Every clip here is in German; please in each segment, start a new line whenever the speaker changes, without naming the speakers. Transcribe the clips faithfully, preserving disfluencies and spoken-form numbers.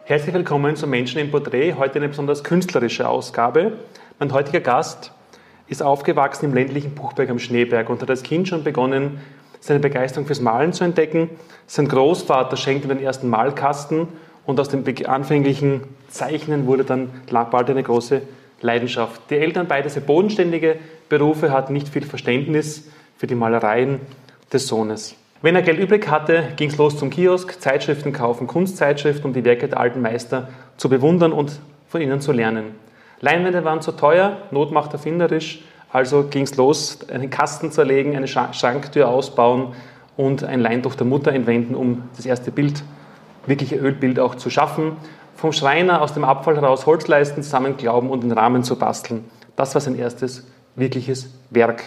Herzlich willkommen zu Menschen im Porträt, heute eine besonders künstlerische Ausgabe. Mein heutiger Gast ist aufgewachsen im ländlichen Buchberg am Schneeberg und hat als Kind schon begonnen, seine Begeisterung fürs Malen zu entdecken. Sein Großvater schenkte ihm den ersten Malkasten und aus dem anfänglichen Zeichnen wurde dann bald eine große Leidenschaft. Die Eltern, beide sehr bodenständige Berufe, hatten nicht viel Verständnis für die Malereien des Sohnes. Wenn er Geld übrig hatte, ging es los zum Kiosk, Zeitschriften kaufen, Kunstzeitschriften, um die Werke der alten Meister zu bewundern und von ihnen zu lernen. Leinwände waren zu teuer, Not macht erfinderisch, also ging es los, einen Kasten zerlegen, eine Schranktür ausbauen und ein Leintuch der Mutter entwenden, um das erste Bild, wirkliche Ölbild auch zu schaffen. Vom Schreiner aus dem Abfall heraus Holzleisten zusammenklauben und den Rahmen zu basteln. Das war sein erstes wirkliches Werk.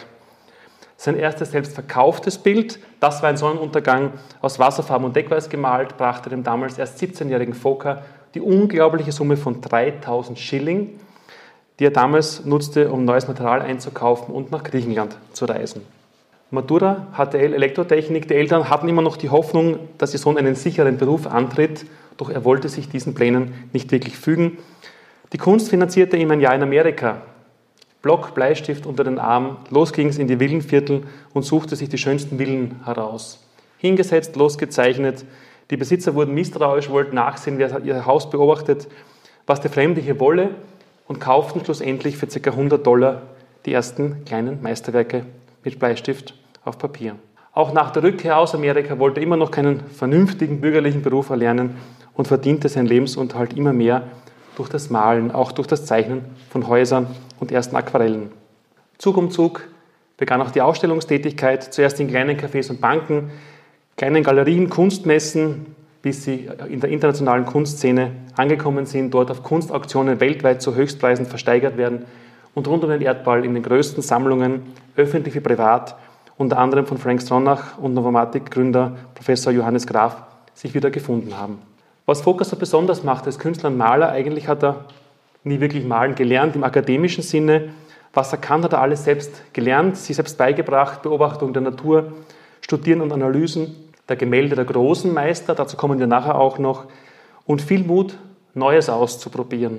Sein erstes selbst verkauftes Bild, das war ein Sonnenuntergang aus Wasserfarben und Deckweiß gemalt, brachte dem damals erst siebzehnjährigen Fokker die unglaubliche Summe von dreitausend Schilling, die er damals nutzte, um neues Material einzukaufen und nach Griechenland zu reisen. Matura, H T L, Elektrotechnik. Die Eltern hatten immer noch die Hoffnung, dass ihr Sohn einen sicheren Beruf antritt, doch er wollte sich diesen Plänen nicht wirklich fügen. Die Kunst finanzierte ihm ein Jahr in Amerika. Block, Bleistift unter den Arm, los ging es in die Villenviertel und suchte sich die schönsten Villen heraus. Hingesetzt, losgezeichnet. Die Besitzer wurden misstrauisch, wollten nachsehen, wer ihr Haus beobachtet, was der Fremde hier wolle, und kauften schlussendlich für ca. hundert Dollar die ersten kleinen Meisterwerke mit Bleistift auf Papier. Auch nach der Rückkehr aus Amerika wollte er immer noch keinen vernünftigen bürgerlichen Beruf erlernen und verdiente seinen Lebensunterhalt immer mehr durch das Malen, auch durch das Zeichnen von Häusern und ersten Aquarellen. Zug um Zug begann auch die Ausstellungstätigkeit, zuerst in kleinen Cafés und Banken, kleinen Galerien, Kunstmessen, bis sie in der internationalen Kunstszene angekommen sind, dort auf Kunstauktionen weltweit zu Höchstpreisen versteigert werden und rund um den Erdball in den größten Sammlungen, öffentlich wie privat, unter anderem von Frank Stronach und Novomatic-Gründer Professor Johannes Graf, sich wieder gefunden haben. Was Fokker so besonders macht als Künstler und Maler, eigentlich hat er nie wirklich malen gelernt im akademischen Sinne. Was er kann, hat er alles selbst gelernt, sich selbst beigebracht, Beobachtung der Natur, Studieren und Analysen der Gemälde der großen Meister, dazu kommen wir nachher auch noch, und viel Mut, Neues auszuprobieren.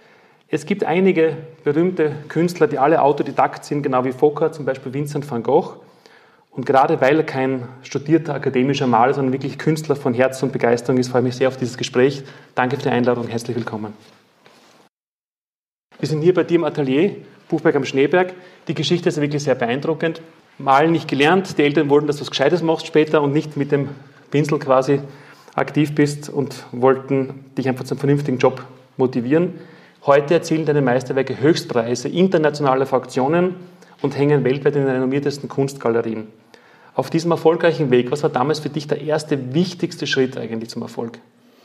Es gibt einige berühmte Künstler, die alle Autodidakt sind, genau wie Fokker, zum Beispiel Vincent van Gogh. Und gerade weil er kein studierter akademischer Maler, sondern wirklich Künstler von Herz und Begeisterung ist, freue ich mich sehr auf dieses Gespräch. Danke für die Einladung, herzlich willkommen. Wir sind hier bei dir im Atelier, Buchberg am Schneeberg. Die Geschichte ist wirklich sehr beeindruckend. Malen nicht gelernt, die Eltern wollten, dass du was Gescheites machst später und nicht mit dem Pinsel quasi aktiv bist und wollten dich einfach zum vernünftigen Job motivieren. Heute erzielen deine Meisterwerke Höchstpreise internationaler Fraktionen und hängen weltweit in den renommiertesten Kunstgalerien. Auf diesem erfolgreichen Weg, was war damals für dich der erste, wichtigste Schritt eigentlich zum Erfolg?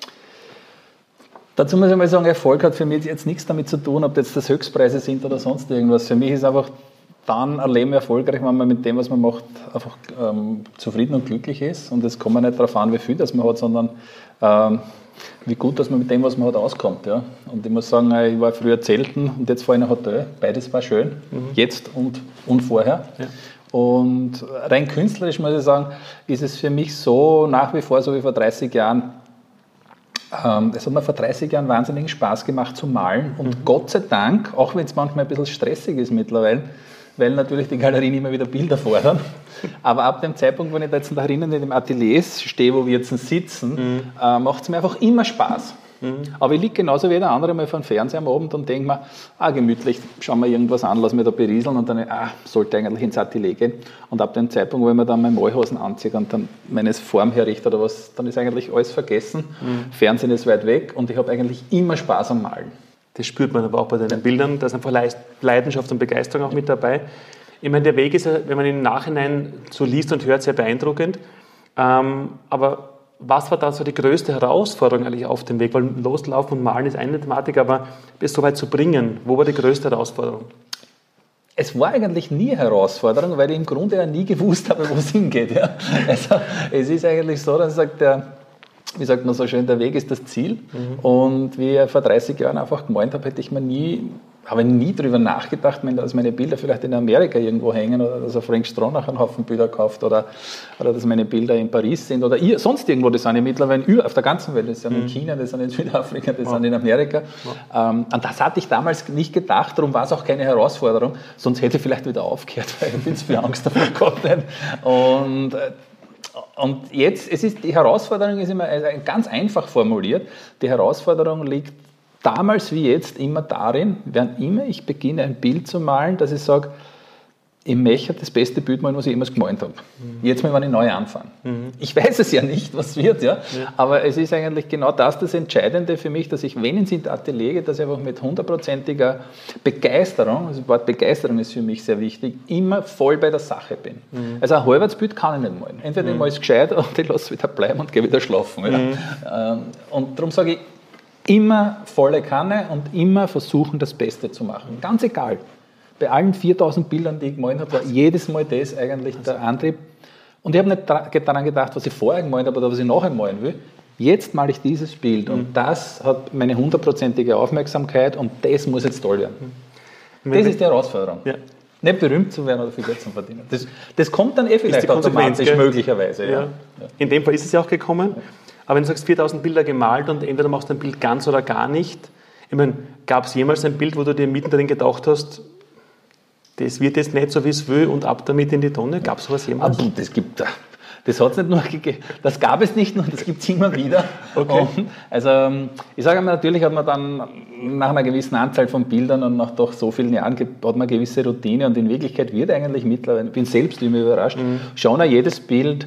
Dazu muss ich mal sagen, Erfolg hat für mich jetzt nichts damit zu tun, ob jetzt das Höchstpreise sind oder sonst irgendwas. Für mich ist einfach dann ein Leben erfolgreich, wenn man mit dem, was man macht, einfach ähm, zufrieden und glücklich ist. Und es kommt nicht darauf an, wie viel das man hat, sondern ähm, wie gut, dass man mit dem, was man hat, auskommt. Ja. Und ich muss sagen, ich war früher Zelten und jetzt fahre ich in ein Hotel. Beides war schön, mhm. jetzt und, und vorher. Ja. Und rein künstlerisch muss ich sagen, ist es für mich so nach wie vor, so wie vor dreißig Jahren. Ähm, es hat mir vor dreißig Jahren wahnsinnigen Spaß gemacht zu malen. Und mhm. Gott sei Dank, auch wenn es manchmal ein bisschen stressig ist mittlerweile, weil natürlich die Galerien immer wieder Bilder fordern. Aber ab dem Zeitpunkt, wenn ich da jetzt da drinnen in dem Atelier stehe, wo wir jetzt sitzen, mhm. äh, macht es mir einfach immer Spaß. Mhm. Aber ich liege genauso wie jeder andere mal vor dem Fernseher am Abend und denke mir, ah, gemütlich, schauen wir irgendwas an, lass mich da berieseln und dann, ah, sollte eigentlich ins Atelier gehen. Und ab dem Zeitpunkt, wo ich mir dann meine Malhosen anziehe und dann meine Form herrichte oder was, dann ist eigentlich alles vergessen. Mhm. Fernsehen ist weit weg und ich habe eigentlich immer Spaß am Malen.
Das spürt man aber auch bei deinen Bildern, da ist einfach Leidenschaft und Begeisterung auch mit dabei. Ich meine, der Weg ist ja, wenn man ihn im Nachhinein so liest und hört, sehr beeindruckend. Ähm, aber was war da so die größte Herausforderung eigentlich auf dem Weg? Weil Loslaufen und Malen ist eine Thematik, aber es so weit zu bringen, wo war die größte Herausforderung?
Es war eigentlich nie eine Herausforderung, weil ich im Grunde ja nie gewusst habe, wo es hingeht. Ja. Also, es ist eigentlich so, dass sagt der wie sagt man so schön, der Weg ist das Ziel. Mhm. Und wie ich vor dreißig Jahren einfach gemeint habe, hätte ich mir nie habe ich nie darüber nachgedacht, dass meine Bilder vielleicht in Amerika irgendwo hängen oder dass ein Frank Stronach einen Haufen Bilder kauft oder, oder dass meine Bilder in Paris sind oder sonst irgendwo. Das sind ja mittlerweile auf der ganzen Welt. Das sind in China, das sind in Südafrika, das ja. sind in Amerika. Ja. Ähm, und das hatte ich damals nicht gedacht, darum war es auch keine Herausforderung. Sonst hätte ich vielleicht wieder aufgehört, weil ich bin zu viel Angst davor gehabt. Und, und jetzt, es ist, die Herausforderung ist immer ganz einfach formuliert. Die Herausforderung liegt damals wie jetzt immer darin, wann immer ich beginne, ein Bild zu malen, dass ich sage, ich möchte das beste Bild malen, was ich jemals gemalt habe. Mhm. Jetzt mal, wenn ich neu anfange. Mhm. Ich weiß es ja nicht, was wird, ja? ja. Aber es ist eigentlich genau das das Entscheidende für mich, dass ich, wenn ich ins Atelier gehe, dass ich einfach mit hundertprozentiger Begeisterung, also das Wort Begeisterung ist für mich sehr wichtig, immer voll bei der Sache bin. Mhm. Also ein halbes Bild kann ich nicht malen. Entweder mhm. ich male es gescheit oder ich lasse es wieder bleiben und gehe wieder schlafen. Mhm. Ja? Und darum sage ich, immer volle Kanne und immer versuchen, das Beste zu machen. Ganz egal. Bei allen viertausend Bildern, die ich gemalt habe, war jedes Mal das eigentlich der Antrieb. Und ich habe nicht daran gedacht, was ich vorher gemalt habe oder was ich nachher malen will. Jetzt male ich dieses Bild und das hat meine hundertprozentige Aufmerksamkeit und das muss jetzt toll werden. Das ist die Herausforderung. Ja. Nicht berühmt zu werden oder viel Geld zu verdienen. Das, das kommt dann eh vielleicht automatisch, möglicherweise. Ja. Ja.
In dem Fall ist es ja auch gekommen. Ja. Aber wenn du sagst, viertausend Bilder gemalt und entweder machst du ein Bild ganz oder gar nicht. Ich meine, gab es jemals ein Bild, wo du dir mittendrin gedacht hast, das wird jetzt nicht so, wie es will und ab damit in die Tonne? Gab es sowas jemals?
Aber das gibt das hat es nicht nur gegeben. Das gab es nicht nur, das gibt es immer wieder. Okay. Und also ich sage mal, natürlich hat man dann nach einer gewissen Anzahl von Bildern und nach doch so vielen Jahren hat man eine gewisse Routine und in Wirklichkeit wird eigentlich mittlerweile, ich bin selbst immer überrascht, mhm. schon jedes Bild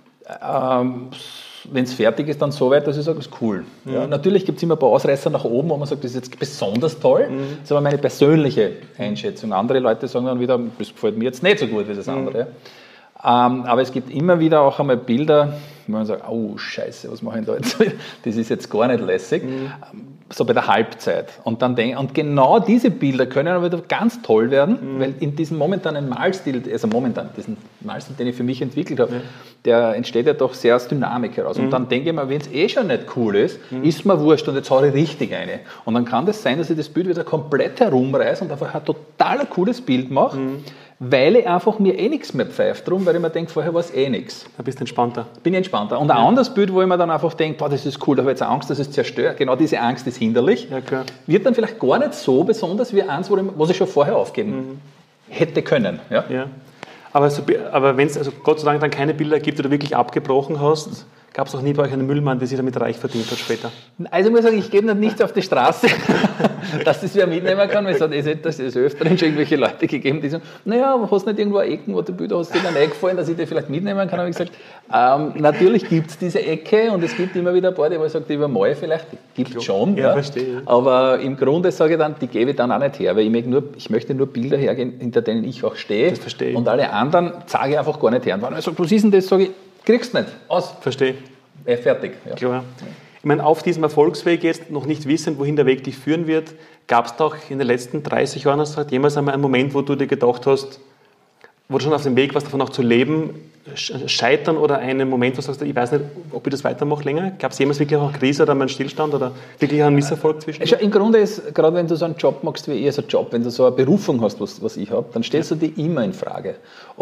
ähm, wenn es fertig ist, dann so weit, dass ich sage, das ist cool. Mhm. Ja, natürlich gibt es immer ein paar Ausreißer nach oben, wo man sagt, das ist jetzt besonders toll. Mhm. Das ist aber meine persönliche Einschätzung. Andere Leute sagen dann wieder, das gefällt mir jetzt nicht so gut wie das andere. Mhm. Ähm, aber es gibt immer wieder auch einmal Bilder, wo man sagt, oh Scheiße, was mache ich da jetzt? Das ist jetzt gar nicht lässig. Mhm. So bei der Halbzeit. Und, dann denk, und genau diese Bilder können aber wieder ganz toll werden, mhm. weil in diesem momentanen Malstil, also momentan, diesen Malstil, den ich für mich entwickelt habe, ja. der entsteht ja doch sehr aus Dynamik heraus. Mhm. Und dann denke ich mir, wenn es eh schon nicht cool ist, mhm. ist mir wurscht und jetzt haue ich richtig eine. Und dann kann das sein, dass ich das Bild wieder komplett herumreiße und einfach ein total cooles Bild mache, mhm. weil ich einfach mir eh nichts mehr pfeift drum, weil ich mir denke, vorher war es eh nichts.
Da bist du entspannter.
Bin ich entspannter. Und ein ja. anderes Bild, wo ich mir dann einfach denke, boah, das ist cool, da habe ich jetzt Angst, dass es zerstört. Genau diese Angst ist hinderlich. Ja, klar. Wird dann vielleicht gar nicht so besonders wie eins, was ich schon vorher aufgeben mhm. hätte können. Ja? Ja.
Aber, so, aber wenn es also Gott sei Dank dann keine Bilder gibt, die du wirklich abgebrochen hast, gab es auch nie bei euch einen Müllmann, der sich damit reich verdient hat später?
Also ich muss sagen, ich gehe nicht auf die Straße, dass das wer mitnehmen kann, weil es hat das ist öfteren schon irgendwelche Leute gegeben, die sagen, naja, hast du nicht irgendwo eine Ecke, wo die Bilder hast dir dann eingefallen, dass ich die vielleicht mitnehmen kann? Habe ich gesagt, ähm, natürlich gibt es diese Ecke und es gibt immer wieder ein paar, die sagen, die übermale vielleicht, gibt es schon. Ja, ja. Verstehe. Aber im Grunde sage ich dann, die gebe ich dann auch nicht her, weil ich, möchte nur, ich möchte nur Bilder hergeben, hinter denen ich auch stehe. Das verstehe ich. Und alle anderen sage ich einfach gar nicht her. Und wenn er sagt, was ist denn das, sage ich, kriegst du nicht. Aus.
Verstehe.
Äh, fertig.
Ja. Klar. Ich meine, auf diesem Erfolgsweg jetzt, noch nicht wissend, wohin der Weg dich führen wird, gab es doch in den letzten dreißig Jahren hast, jemals einmal einen Moment, wo du dir gedacht hast, wo du schon auf dem Weg warst, davon auch zu leben, scheitern oder einen Moment, wo du sagst, ich weiß nicht, ob ich das weitermache länger? Gab es jemals wirklich auch eine Krise oder einen Stillstand oder wirklich einen Misserfolg zwischen?
Also im Grunde ist, gerade wenn du so einen Job machst wie ich, also Job, wenn du so eine Berufung hast, was, was ich habe, dann stellst ja. du die immer in Frage.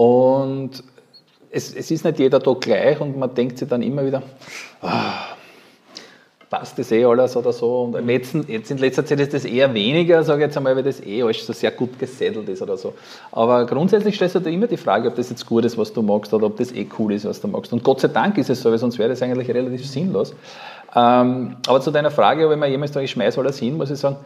Und Es, es ist nicht jeder Tag gleich und man denkt sich dann immer wieder, ah, passt das eh alles oder so. Und jetzt, jetzt in letzter Zeit ist das eher weniger, sage ich jetzt einmal, weil das eh alles so sehr gut gesettelt ist oder so. Aber grundsätzlich stellst du dir immer die Frage, ob das jetzt gut ist, was du magst oder ob das eh cool ist, was du magst. Und Gott sei Dank ist es so, weil sonst wäre das eigentlich relativ sinnlos. Ähm, aber zu deiner Frage, wenn man jemals sagt, ich schmeiße alles hin, muss ich sagen,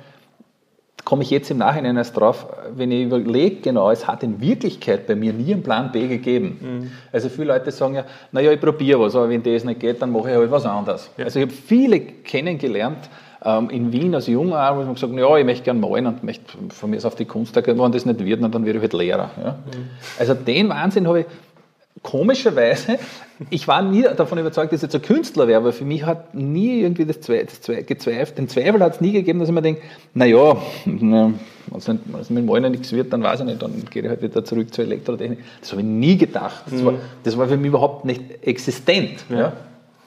komme ich jetzt im Nachhinein erst drauf, wenn ich überlege, genau, es hat in Wirklichkeit bei mir nie einen Plan B gegeben. Mhm. Also viele Leute sagen ja, naja, ich probiere was, aber wenn das nicht geht, dann mache ich halt was anderes. Ja. Also ich habe viele kennengelernt, ähm, in Wien als Junger, wo man gesagt hat, ja, ich möchte gerne malen und möchte von mir aus auf die Kunsttage, wenn das nicht wird, dann werde ich halt Lehrer. Ja? Mhm. Also den Wahnsinn habe ich komischerweise, ich war nie davon überzeugt, dass ich jetzt ein Künstler wäre, aber für mich hat nie irgendwie das, Zwe- das Zwe- gezweifelt, den Zweifel hat es nie gegeben, dass ich mir denke, naja, wenn es mit dem Malen nichts wird, dann weiß ich nicht, dann gehe ich halt wieder zurück zur Elektrotechnik. Das habe ich nie gedacht. Das, mhm. war, das war für mich überhaupt nicht existent. Ja. Ja.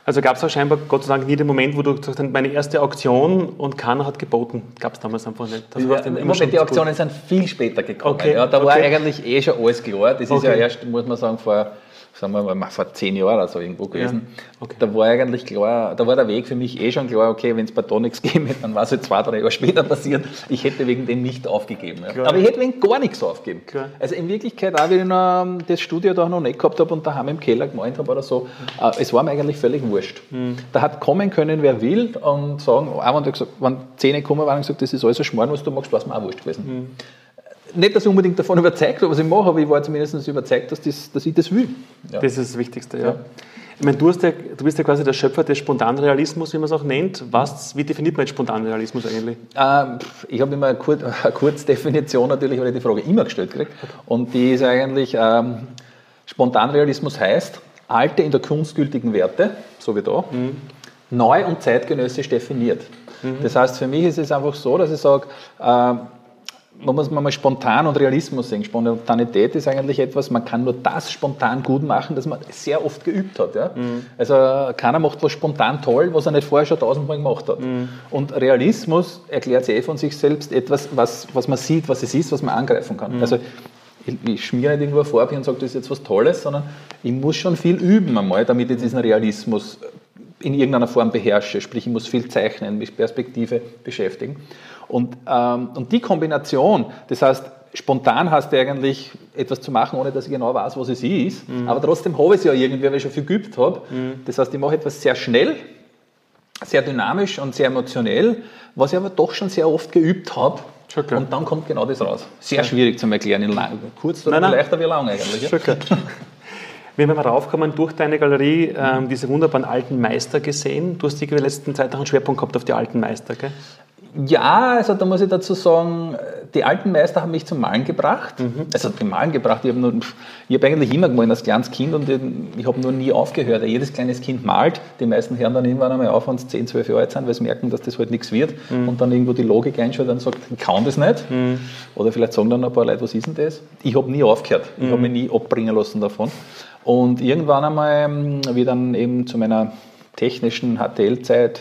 Also gab es auch scheinbar, Gott sei Dank, nie den Moment, wo du gesagt hast, meine erste Auktion und keiner hat geboten. Gab es damals einfach nicht. Das
ja, Im Moment, die Auktionen sind viel später gekommen.
Okay,
ja, da
okay.
war eigentlich eh schon alles klar. Das ist
okay.
ja erst, muss man sagen, vor, sagen wir mal, vor zehn Jahren oder so irgendwo gewesen.
Ja. Okay.
Da war eigentlich klar, da war der Weg für mich eh schon klar, okay, wenn es bei da nichts gegeben hätte, dann war es halt zwei, drei Jahre später passiert. Ich hätte wegen dem nicht aufgegeben. Ja. Aber ich hätte wegen gar nichts aufgegeben. Klar. Also in Wirklichkeit, auch wenn ich noch das Studio da noch nicht gehabt habe und daheim im Keller gemalt habe oder so, mhm. äh, es war mir eigentlich völlig wurscht. Mhm. Da hat kommen können, wer will und sagen, auch wenn, gesagt, wenn zehn gekommen waren und gesagt, das ist alles ein Schmarrn, was du machst, war es mir auch wurscht gewesen. Mhm. Nicht, dass ich unbedingt davon überzeugt war, was ich mache, aber ich war zumindest überzeugt, dass, das, dass ich das will. Ja.
Das ist das Wichtigste, ja. ja. Ich meine, du, hast ja, du bist ja quasi der Schöpfer des Spontanrealismus, wie man es auch nennt. Was, wie definiert man jetzt Spontanrealismus eigentlich?
Ähm, ich habe immer eine, Kur eine Kurzdefinition natürlich, weil ich die Frage immer gestellt kriege. Und die ist eigentlich, ähm, Spontanrealismus heißt, alte in der Kunst gültigen Werte, so wie da, mhm. neu und zeitgenössisch definiert. Mhm. Das heißt, für mich ist es einfach so, dass ich sage, ähm, man muss mal spontan und Realismus sehen. Spontanität ist eigentlich etwas, man kann nur das spontan gut machen, das man sehr oft geübt hat. Ja? Mhm. Also keiner macht was spontan toll, was er nicht vorher schon tausendmal gemacht hat. Mhm. Und Realismus erklärt sich eh von sich selbst etwas, was, was man sieht, was es ist, was man angreifen kann. Mhm. Also ich, ich schmiere nicht irgendwo eine Farbe und sage, das ist jetzt was Tolles, sondern ich muss schon viel üben einmal, damit ich diesen Realismus in irgendeiner Form beherrsche. Sprich, ich muss viel zeichnen, mich Perspektive beschäftigen. Und, ähm, und die Kombination, das heißt, spontan heißt eigentlich etwas zu machen, ohne dass ich genau weiß, was es ist, mhm. aber trotzdem habe ich es ja irgendwie, weil ich schon viel geübt habe. Mhm. Das heißt, ich mache etwas sehr schnell, sehr dynamisch und sehr emotionell, was ich aber doch schon sehr oft geübt habe. Und dann kommt genau das raus. Sehr schwierig zu erklären, in lang, kurz oder nein, leichter wie lang eigentlich. Ja?
Wir haben raufkommen durch deine Galerie ähm, diese wunderbaren alten Meister gesehen. Du hast in der letzten Zeit auch einen Schwerpunkt gehabt auf die alten Meister, gell?
Ja, also da muss ich dazu sagen, die alten Meister haben mich zum Malen gebracht. Mhm. Also zum Malen gebracht, ich habe hab eigentlich immer gemalt als kleines Kind und ich, ich habe nur nie aufgehört. Jedes kleines Kind malt, die meisten hören dann irgendwann einmal auf, wenn sie zehn, zwölf Jahre alt sind, weil sie merken, dass das halt nichts wird mhm. und dann irgendwo die Logik einschaltet und sagt, ich kann das nicht. Mhm. Oder vielleicht sagen dann ein paar Leute, was ist denn das? Ich habe nie aufgehört, ich mhm. habe mich nie abbringen lassen davon. Und irgendwann einmal, wie dann eben zu meiner technischen H T L-Zeit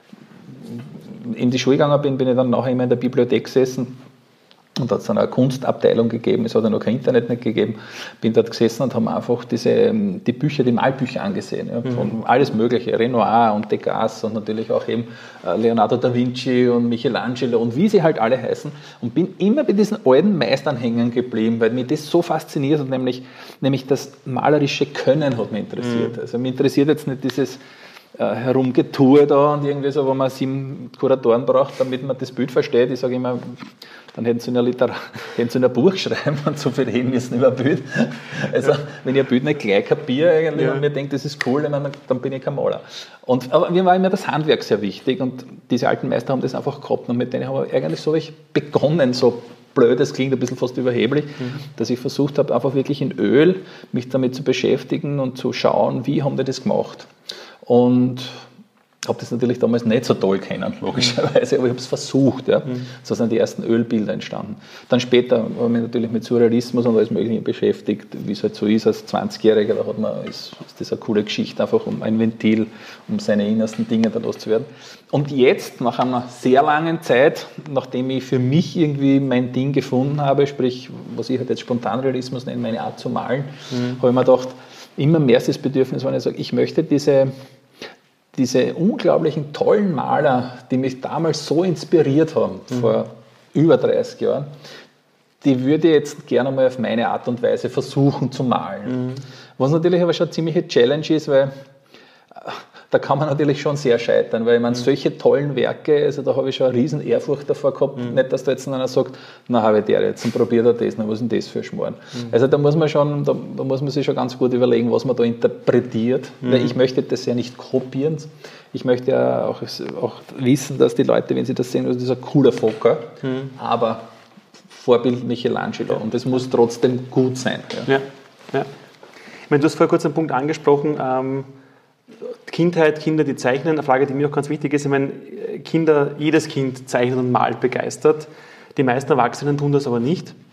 in die Schule gegangen bin, bin ich dann nachher immer in der Bibliothek gesessen und da hat es dann eine Kunstabteilung gegeben, es hat ja noch kein Internet nicht gegeben, bin dort gesessen und habe einfach diese, die Bücher, die Malbücher angesehen, ja, von mhm. alles mögliche, Renoir und Degas und natürlich auch eben Leonardo da Vinci und Michelangelo und wie sie halt alle heißen und bin immer bei diesen alten Meistern hängen geblieben, weil mich das so fasziniert hat, nämlich, nämlich das malerische Können hat mich interessiert. Mhm. Also mich interessiert jetzt nicht dieses Herumgetue da und irgendwie so, wo man sieben Kuratoren braucht, damit man das Bild versteht. Ich sage immer, dann hätten sie in ein, Literar- hätten sie in ein Buch schreiben und so viel reden müssen über ein Bild. Also, ja. wenn ich ein Bild nicht gleich kapiere eigentlich ja. und mir denke, das ist cool, dann, dann bin ich kein Maler. Und, aber mir war immer das Handwerk sehr wichtig und diese alten Meister haben das einfach gehabt und mit denen haben wir eigentlich so ich begonnen, so blöd, das klingt ein bisschen fast überheblich, mhm. dass ich versucht habe, einfach wirklich in Öl mich damit zu beschäftigen und zu schauen, wie haben die das gemacht. Und habe das natürlich damals nicht so toll kennen, logischerweise, aber ich habe es versucht. Ja. Mhm. So sind die ersten Ölbilder entstanden. Dann später habe ich mich natürlich mit Surrealismus und alles Mögliche beschäftigt, wie es halt so ist als zwanzigjähriger, da hat man, ist, ist das eine coole Geschichte, einfach um ein Ventil, um seine innersten Dinge dann loszuwerden. Und jetzt, nach einer sehr langen Zeit, nachdem ich für mich irgendwie mein Ding gefunden habe, sprich, was ich halt jetzt Spontanrealismus nenne, meine Art zu malen, mhm. habe ich mir gedacht, immer mehr ist das Bedürfnis, wenn ich sage, ich möchte diese diese unglaublichen tollen Maler, die mich damals so inspiriert haben, mhm. vor über dreißig Jahren, die würde ich jetzt gerne mal auf meine Art und Weise versuchen zu malen. Mhm. Was natürlich aber schon eine ziemliche Challenge ist, weil da kann man natürlich schon sehr scheitern, weil ich meine, mhm. solche tollen Werke, also da habe ich schon eine riesen Ehrfurcht davor gehabt, mhm. nicht, dass da jetzt einer sagt, na habe ich der jetzt und probiert er das, na was ist denn das für ein Schmarrn? Mhm. Also da muss man schon, da, da muss man sich schon ganz gut überlegen, was man da interpretiert, mhm. weil ich möchte das ja nicht kopieren, ich möchte ja auch, auch wissen, dass die Leute, wenn sie das sehen, das ist ein cooler Fokker, mhm. aber Vorbild Michelangelo und das muss trotzdem gut sein.
Ja. Ja. Ja. Ich meine, du hast vorher kurz einen Punkt angesprochen, ähm, Kindheit, Kinder, die zeichnen, eine Frage, die mir auch ganz wichtig ist. Ich meine, Kinder, jedes Kind zeichnet und malt begeistert. Die meisten Erwachsenen tun das aber nicht.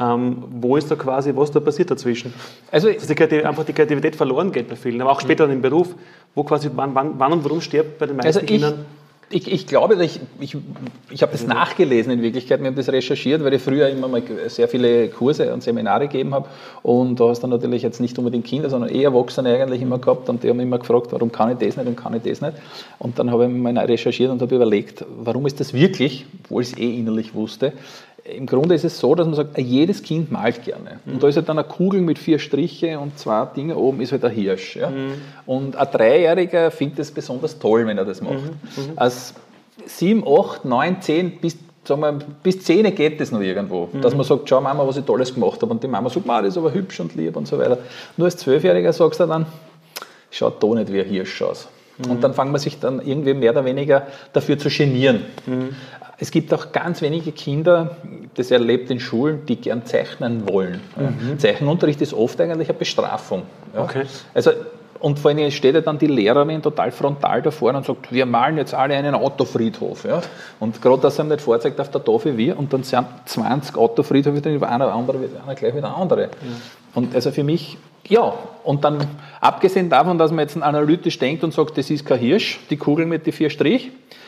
Ähm, wo ist da quasi, was da passiert dazwischen?
Also,
dass die Kreativität, einfach die Kreativität verloren geht bei vielen, aber auch später dann im Beruf, wo quasi wann, wann, wann und warum stirbt bei den meisten
also ich,
Kindern?
Ich, ich glaube, ich, ich, ich habe das nachgelesen in Wirklichkeit, wir haben das recherchiert, weil ich früher immer mal sehr viele Kurse und Seminare gegeben habe und da hast du natürlich jetzt nicht unbedingt Kinder, sondern eher Erwachsene eigentlich immer gehabt und die haben immer gefragt, warum kann ich das nicht und kann ich das nicht und dann habe ich mal recherchiert und habe überlegt, warum ist das wirklich, obwohl ich es eh innerlich wusste. Im Grunde ist es so, dass man sagt, jedes Kind malt gerne. Mhm. Und da ist halt dann eine Kugel mit vier Striche und zwei Dinge oben ist halt ein Hirsch. Ja? Mhm. Und ein Dreijähriger findet es besonders toll, wenn er das macht. Mhm. Als sieben, acht, neun, zehn, bis, sagen wir, bis zehn geht das noch irgendwo. Mhm. Dass man sagt, schau Mama, was ich Tolles gemacht habe. Und die Mama sagt, das ist aber hübsch und lieb und so weiter. Nur als Zwölfjähriger sagst du dann, schaut da nicht wie ein Hirsch aus. Mhm. Und dann fängt man sich dann irgendwie mehr oder weniger dafür zu genieren. Mhm. Es gibt auch ganz wenige Kinder, das erlebt in Schulen, die gern zeichnen wollen. Mhm. Zeichenunterricht ist oft eigentlich eine Bestrafung. Ja. Okay. Also, und vor allem steht ja dann die Lehrerin total frontal davor und sagt, wir malen jetzt alle einen Autofriedhof. Ja. Und gerade, dass er ihm nicht vorzeigt auf der Tafel wie, und dann sind zwanzig Autofriedhöfe, dann einer, andere, einer gleich wie der andere. Ja. Und also für mich, ja, und dann abgesehen davon, dass man jetzt analytisch denkt und sagt, das ist kein Hirsch, die Kugel mit den vier Strich,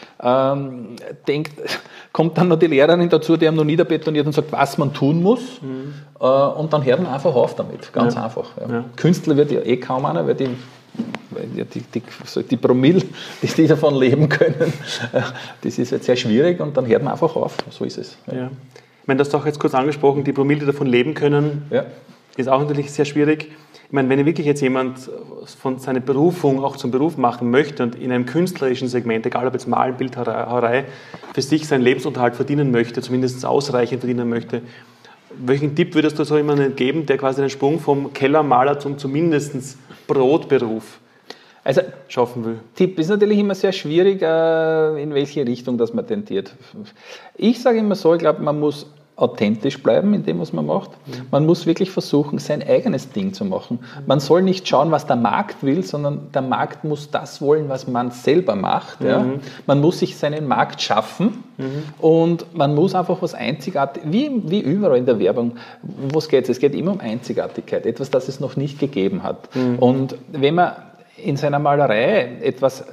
Ähm, denkt, kommt dann noch die Lehrerin dazu, die haben noch niederbetoniert und sagt, was man tun muss. Mhm. Äh, und dann hört man einfach auf damit. Ganz ja. einfach. Ja. Ja. Künstler wird ja eh kaum einer, weil die, weil die, die, die Promille, die, die davon leben können, das ist jetzt sehr schwierig und dann hört man einfach auf. So ist es. Ja. Ja.
Ich meine, das hast du auch jetzt kurz angesprochen, die Promille, die davon leben können, ja. ist auch natürlich sehr schwierig. Ich meine, wenn wirklich jetzt jemand von seiner Berufung auch zum Beruf machen möchte und in einem künstlerischen Segment, egal ob jetzt Malen, Bildhauerei, für sich seinen Lebensunterhalt verdienen möchte, zumindest ausreichend verdienen möchte, welchen Tipp würdest du so jemandem geben, der quasi den Sprung vom Kellermaler zum zumindest Brotberuf
also,
schaffen will?
Tipp ist natürlich immer sehr schwierig, in welche Richtung das man tendiert. Ich sage immer so, ich glaube, man muss authentisch bleiben in dem, was man macht. Man muss wirklich versuchen, sein eigenes Ding zu machen. Man soll nicht schauen, was der Markt will, sondern der Markt muss das wollen, was man selber macht. Mhm. Ja. Man muss sich seinen Markt schaffen mhm. und man muss einfach was Einzigartiges, wie, wie überall in der Werbung, was geht es? Es geht immer um Einzigartigkeit, etwas, das es noch nicht gegeben hat. Mhm. Und wenn man in seiner Malerei etwas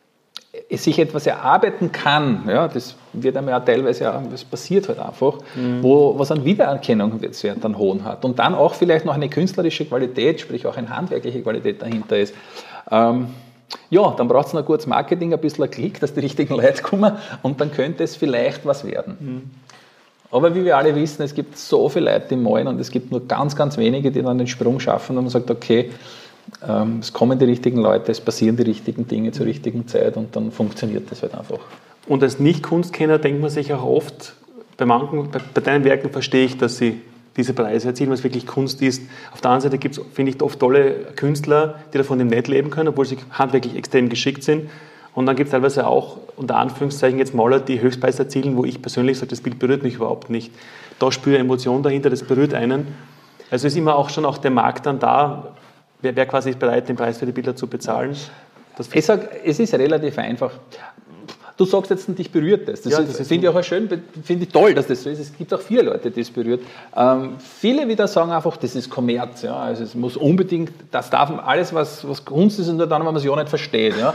sich etwas erarbeiten kann, ja, das wird einem ja teilweise, ja, das passiert halt einfach, mhm. wo, was an Wiedererkennungswert dann hohen hat und dann auch vielleicht noch eine künstlerische Qualität, sprich auch eine handwerkliche Qualität dahinter ist. Ähm, ja, dann braucht es noch gutes Marketing, ein bisschen Klick, dass die richtigen Leute kommen und dann könnte es vielleicht was werden. Mhm. Aber wie wir alle wissen, es gibt so viele Leute, die malen und es gibt nur ganz, ganz wenige, die dann den Sprung schaffen und man sagt, okay, es kommen die richtigen Leute, es passieren die richtigen Dinge zur richtigen Zeit und dann funktioniert das halt einfach.
Und als Nicht-Kunstkenner denkt man sich auch oft, bei manchen, bei, bei deinen Werken verstehe ich, dass sie diese Preise erzielen, was wirklich Kunst ist. Auf der anderen Seite gibt es, finde ich, oft tolle Künstler, die davon im Netz leben können, obwohl sie handwerklich extrem geschickt sind. Und dann gibt es teilweise auch, unter Anführungszeichen, jetzt Maler, die Höchstpreise erzielen, wo ich persönlich sage, das Bild berührt mich überhaupt nicht. Da spüre ich Emotion dahinter, das berührt einen. Also ist immer auch schon auch der Markt dann da. Wer, wer quasi ist bereit, den Preis für die Bilder zu bezahlen? Das
ich sage, es ist relativ einfach. Du sagst jetzt, dich berührt das. Das, ja, das finde ich auch schön, finde ich toll, dass das so ist. Es gibt auch viele Leute, die es berührt. Ähm, viele wieder sagen einfach, das ist Kommerz. Ja? Also es muss unbedingt, das darf alles, was, was Kunst ist, und nur dann, wenn man es ja nicht versteht. Ja?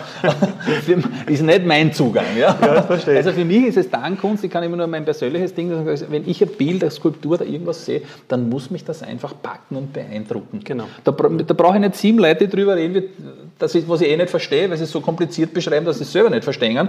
Ist nicht mein Zugang. Ja? Ja, das verstehe ich. Also für mich ist es dann Kunst, ich kann immer nur mein persönliches Ding sagen, also wenn ich ein Bild, eine Skulptur oder irgendwas sehe, dann muss mich das einfach packen und beeindrucken. Genau. Da, da brauche ich nicht sieben Leute drüber reden, das ist, was ich eh nicht verstehe, weil sie es so kompliziert beschreiben, dass sie es selber nicht verstehen.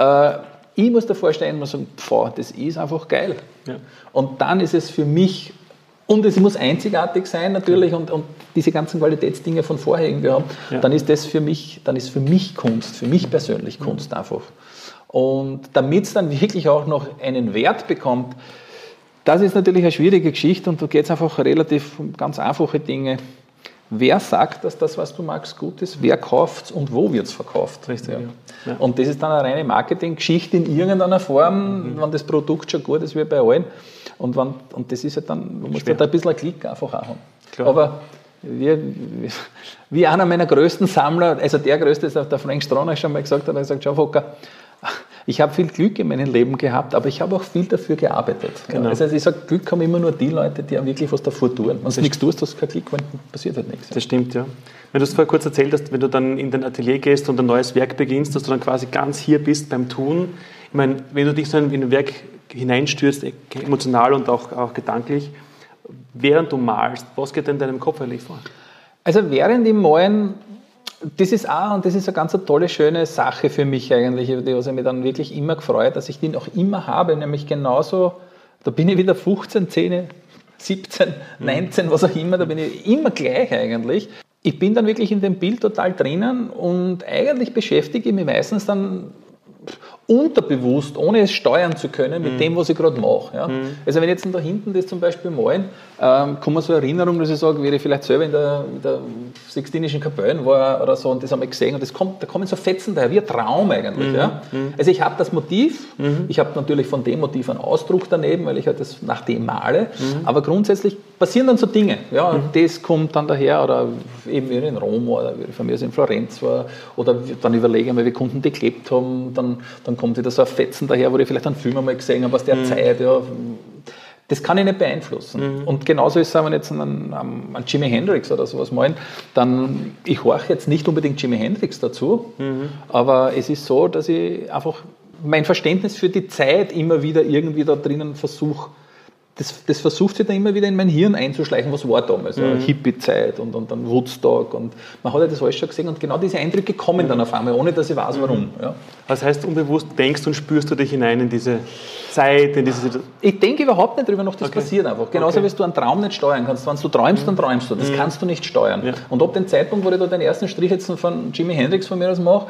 Ich muss davor stehen und sagen, pf, das ist einfach geil. Ja. Und dann ist es für mich, und es muss einzigartig sein natürlich und, und diese ganzen Qualitätsdinge von vorher irgendwie haben, ja. dann ist das für mich, dann ist für mich Kunst, für mich persönlich Kunst mhm. einfach. Und damit es dann wirklich auch noch einen Wert bekommt, das ist natürlich eine schwierige Geschichte und da geht es einfach relativ um ganz einfache Dinge. Wer sagt, dass das, was du magst, gut ist? Wer kauft es und wo wird es verkauft? Richtig, ja. Ja. Und das ist dann eine reine Marketinggeschichte in irgendeiner Form, mhm. wenn das Produkt schon gut ist, wie bei allen. Und, wenn, und das ist halt dann, man muss da ein bisschen einen Klick einfach auch haben. Klar. Aber wie, wie, wie einer meiner größten Sammler, also der größte ist, der Frank Stronach schon mal gesagt hat, er hat gesagt, schau Fokker, Ich habe viel Glück in meinem Leben gehabt, aber ich habe auch viel dafür gearbeitet.
Genau.
Also ich sage, Glück haben immer nur die Leute, die auch wirklich was davor tun. Wenn du nichts tust, hast du kein Glück, passiert halt nichts.
Das stimmt, ja. Wenn du es vorher kurz erzählt hast, wenn du dann in dein Atelier gehst und ein neues Werk beginnst, dass du dann quasi ganz hier bist beim Tun. Ich meine, wenn du dich so in ein Werk hineinstürzt, emotional und auch, auch gedanklich, während du malst, was geht denn in deinem Kopf eigentlich vor?
Also während im Malen, das ist auch, und das ist eine ganz tolle, schöne Sache für mich eigentlich, über die was ich mich dann wirklich immer gefreut, dass ich den auch immer habe, nämlich genauso, da bin ich wieder fünfzehn, zehn, siebzehn, neunzehn, was auch immer, da bin ich immer gleich eigentlich. Ich bin dann wirklich in dem Bild total drinnen und eigentlich beschäftige ich mich meistens dann unterbewusst, ohne es steuern zu können, mit mm. dem, was ich gerade mache. Ja. Mm. Also wenn jetzt da hinten das zum Beispiel malen, ähm, kommt mir so eine Erinnerung, dass ich sage, wie ich vielleicht selber in der, in der Sixtinischen Kapelle war oder so und das habe ich gesehen und das kommt, da kommen so Fetzen daher, wie ein Traum eigentlich. Mm. Ja. Mm. Also ich habe das Motiv, mm. ich habe natürlich von dem Motiv einen Ausdruck daneben, weil ich halt das nach dem male, mm. aber grundsätzlich passieren dann so Dinge. Ja, mm. das kommt dann daher oder eben wie ich in Rom war oder wie ich von mir aus in Florenz war oder dann überlege ich mir, wie Kunden die geklebt haben, dann, dann kommt wieder so ein Fetzen daher, wo ich vielleicht einen Film einmal gesehen habe aus der mm. Zeit. Ja. Das kann ich nicht beeinflussen. Mm. Und genauso ist es, wenn jetzt an, an Jimi Hendrix oder sowas malen, dann, ich horche jetzt nicht unbedingt Jimi Hendrix dazu, mm. aber es ist so, dass ich einfach mein Verständnis für die Zeit immer wieder irgendwie da drinnen versuche, Das, das versucht sich dann immer wieder in mein Hirn einzuschleichen, was war damals, mhm. Hippie-Zeit und, und dann Woodstock und man hat ja das alles schon gesehen und genau diese Eindrücke kommen dann auf einmal, ohne dass ich weiß, warum. Ja.
Das heißt, unbewusst denkst und spürst du dich hinein in diese Zeit, in diese Situation?
Ich denke überhaupt nicht drüber nach, das okay. passiert einfach. Genauso
okay.
wie du einen Traum nicht steuern kannst. Wenn du träumst, mhm. dann träumst du. Das mhm. kannst du nicht steuern. Ja. Und ab dem Zeitpunkt, wo ich da den ersten Strich jetzt von Jimi Hendrix von mir aus mache,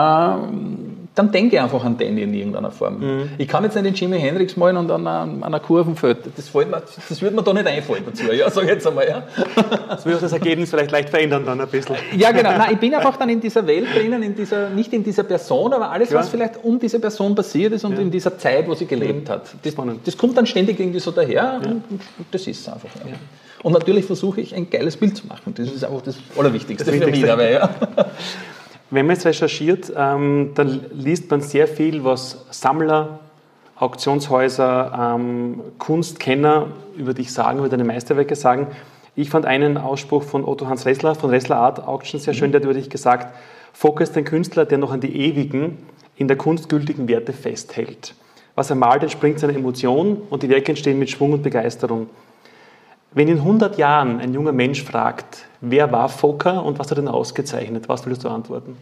ähm, dann denke ich einfach an den in irgendeiner Form. Mhm. Ich kann jetzt nicht den Jimi Hendrix malen und an einer, einer Kurvenfeld. Das, fällt mir, das würde mir da nicht einfallen dazu. Ja, sag ich jetzt einmal. Ja.
Das würde das Ergebnis vielleicht leicht verändern dann ein bisschen.
Ja, genau. Nein, ich bin einfach dann in dieser Welt drinnen, in dieser, nicht in dieser Person, aber alles,
ja.
was vielleicht um diese Person passiert ist und ja. in dieser Zeit, wo sie gelebt mhm. hat. Das, das kommt dann ständig irgendwie so daher ja. und das ist es einfach. Ja. Ja. Und natürlich versuche ich, ein geiles Bild zu machen. Das ist einfach das Allerwichtigste das für mich dabei. Ja.
Wenn man jetzt recherchiert, ähm, dann liest man sehr viel, was Sammler, Auktionshäuser, ähm, Kunstkenner über dich sagen, über deine Meisterwerke sagen. Ich fand einen Ausspruch von Otto Hans Ressler, von Ressler Art Auction sehr schön, der hat über dich gesagt, Fokker ist ein Künstler, der noch an die ewigen, in der Kunst gültigen Werte festhält. Was er malt, entspringt seiner Emotion und die Werke entstehen mit Schwung und Begeisterung. Wenn in hundert Jahren ein junger Mensch fragt, wer war Fokker und was hat ihn ausgezeichnet, was würdest du antworten?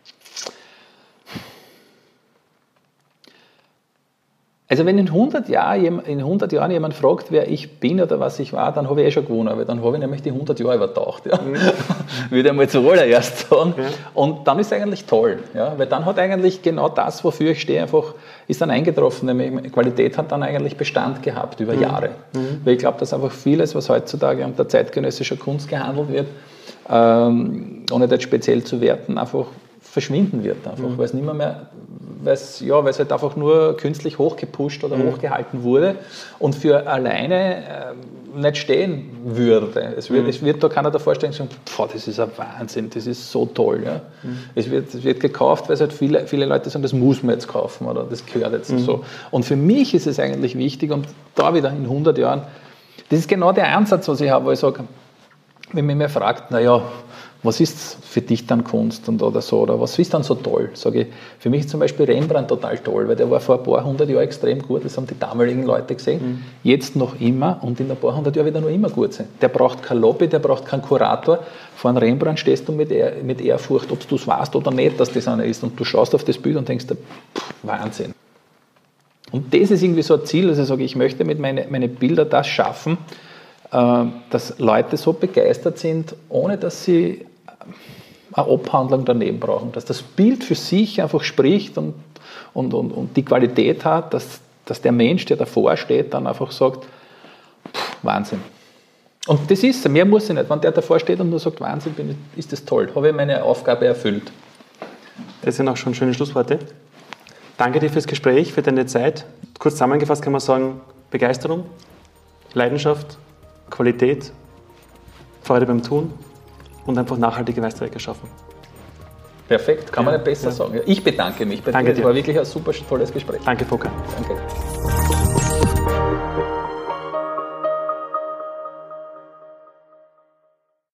Also wenn in hundert, Jahr, in hundert Jahren jemand fragt, wer ich bin oder was ich war, dann habe ich eh schon gewonnen, weil dann habe ich nämlich die hundert Jahre übertaucht. Ja. Mhm. Würde ich einmal zuallererst sagen. Ja. Und dann ist es eigentlich toll, ja, weil dann hat eigentlich genau das, wofür ich stehe, einfach ist dann eingetroffen, nämlich Qualität hat dann eigentlich Bestand gehabt über mhm. Jahre. Mhm. Weil ich glaube, dass einfach vieles, was heutzutage unter zeitgenössischer Kunst gehandelt wird, ähm, ohne das speziell zu werten, einfach verschwinden wird, einfach, mhm. weil es nicht mehr, mehr weil es ja, weil es halt einfach nur künstlich hochgepusht oder mhm. hochgehalten wurde und für alleine äh, nicht stehen würde. Es wird, mhm. es wird da keiner der Vorstellung sagen, boah, das ist ein Wahnsinn, das ist so toll. Ja. Mhm. Es, wird, es wird gekauft, weil es halt viele, viele Leute sagen, das muss man jetzt kaufen oder das gehört jetzt mhm. so. Und für mich ist es eigentlich wichtig und da wieder in hundert Jahren, das ist genau der Ansatz, was ich habe, wo ich sage, wenn man mich fragt, naja, was ist für dich dann Kunst und oder so, oder was ist dann so toll? Sage ich, für mich ist zum Beispiel Rembrandt total toll, weil der war vor ein paar hundert Jahren extrem gut, das haben die damaligen Leute gesehen, mhm. jetzt noch immer und in ein paar hundert Jahren wird er noch immer gut sein. Der braucht kein Lobby, der braucht keinen Kurator. Vor einem Rembrandt stehst du mit, Ehr, mit Ehrfurcht, ob du es weißt oder nicht, dass das einer ist und du schaust auf das Bild und denkst, pff, Wahnsinn. Und das ist irgendwie so ein Ziel, dass ich sage, ich möchte mit meinen meine Bilder das schaffen, dass Leute so begeistert sind, ohne dass sie eine Abhandlung daneben brauchen. Dass das Bild für sich einfach spricht und, und, und, und die Qualität hat, dass, dass der Mensch, der davor steht, dann einfach sagt, pff, Wahnsinn. Und das ist es, mehr muss ich nicht. Wenn der davor steht und nur sagt, Wahnsinn, bin ich, ist das toll. Habe ich meine Aufgabe erfüllt.
Das sind auch schon schöne Schlussworte. Danke dir fürs Gespräch, für deine Zeit. Kurz zusammengefasst kann man sagen, Begeisterung, Leidenschaft, Qualität, Freude beim Tun und einfach nachhaltige Meisterwerke schaffen.
Perfekt, kann
Ja,
man nicht besser
ja.
sagen. Ich bedanke mich bei
Danke
dir.
dir.
Es war wirklich ein super tolles Gespräch.
Danke, Volker.
Danke.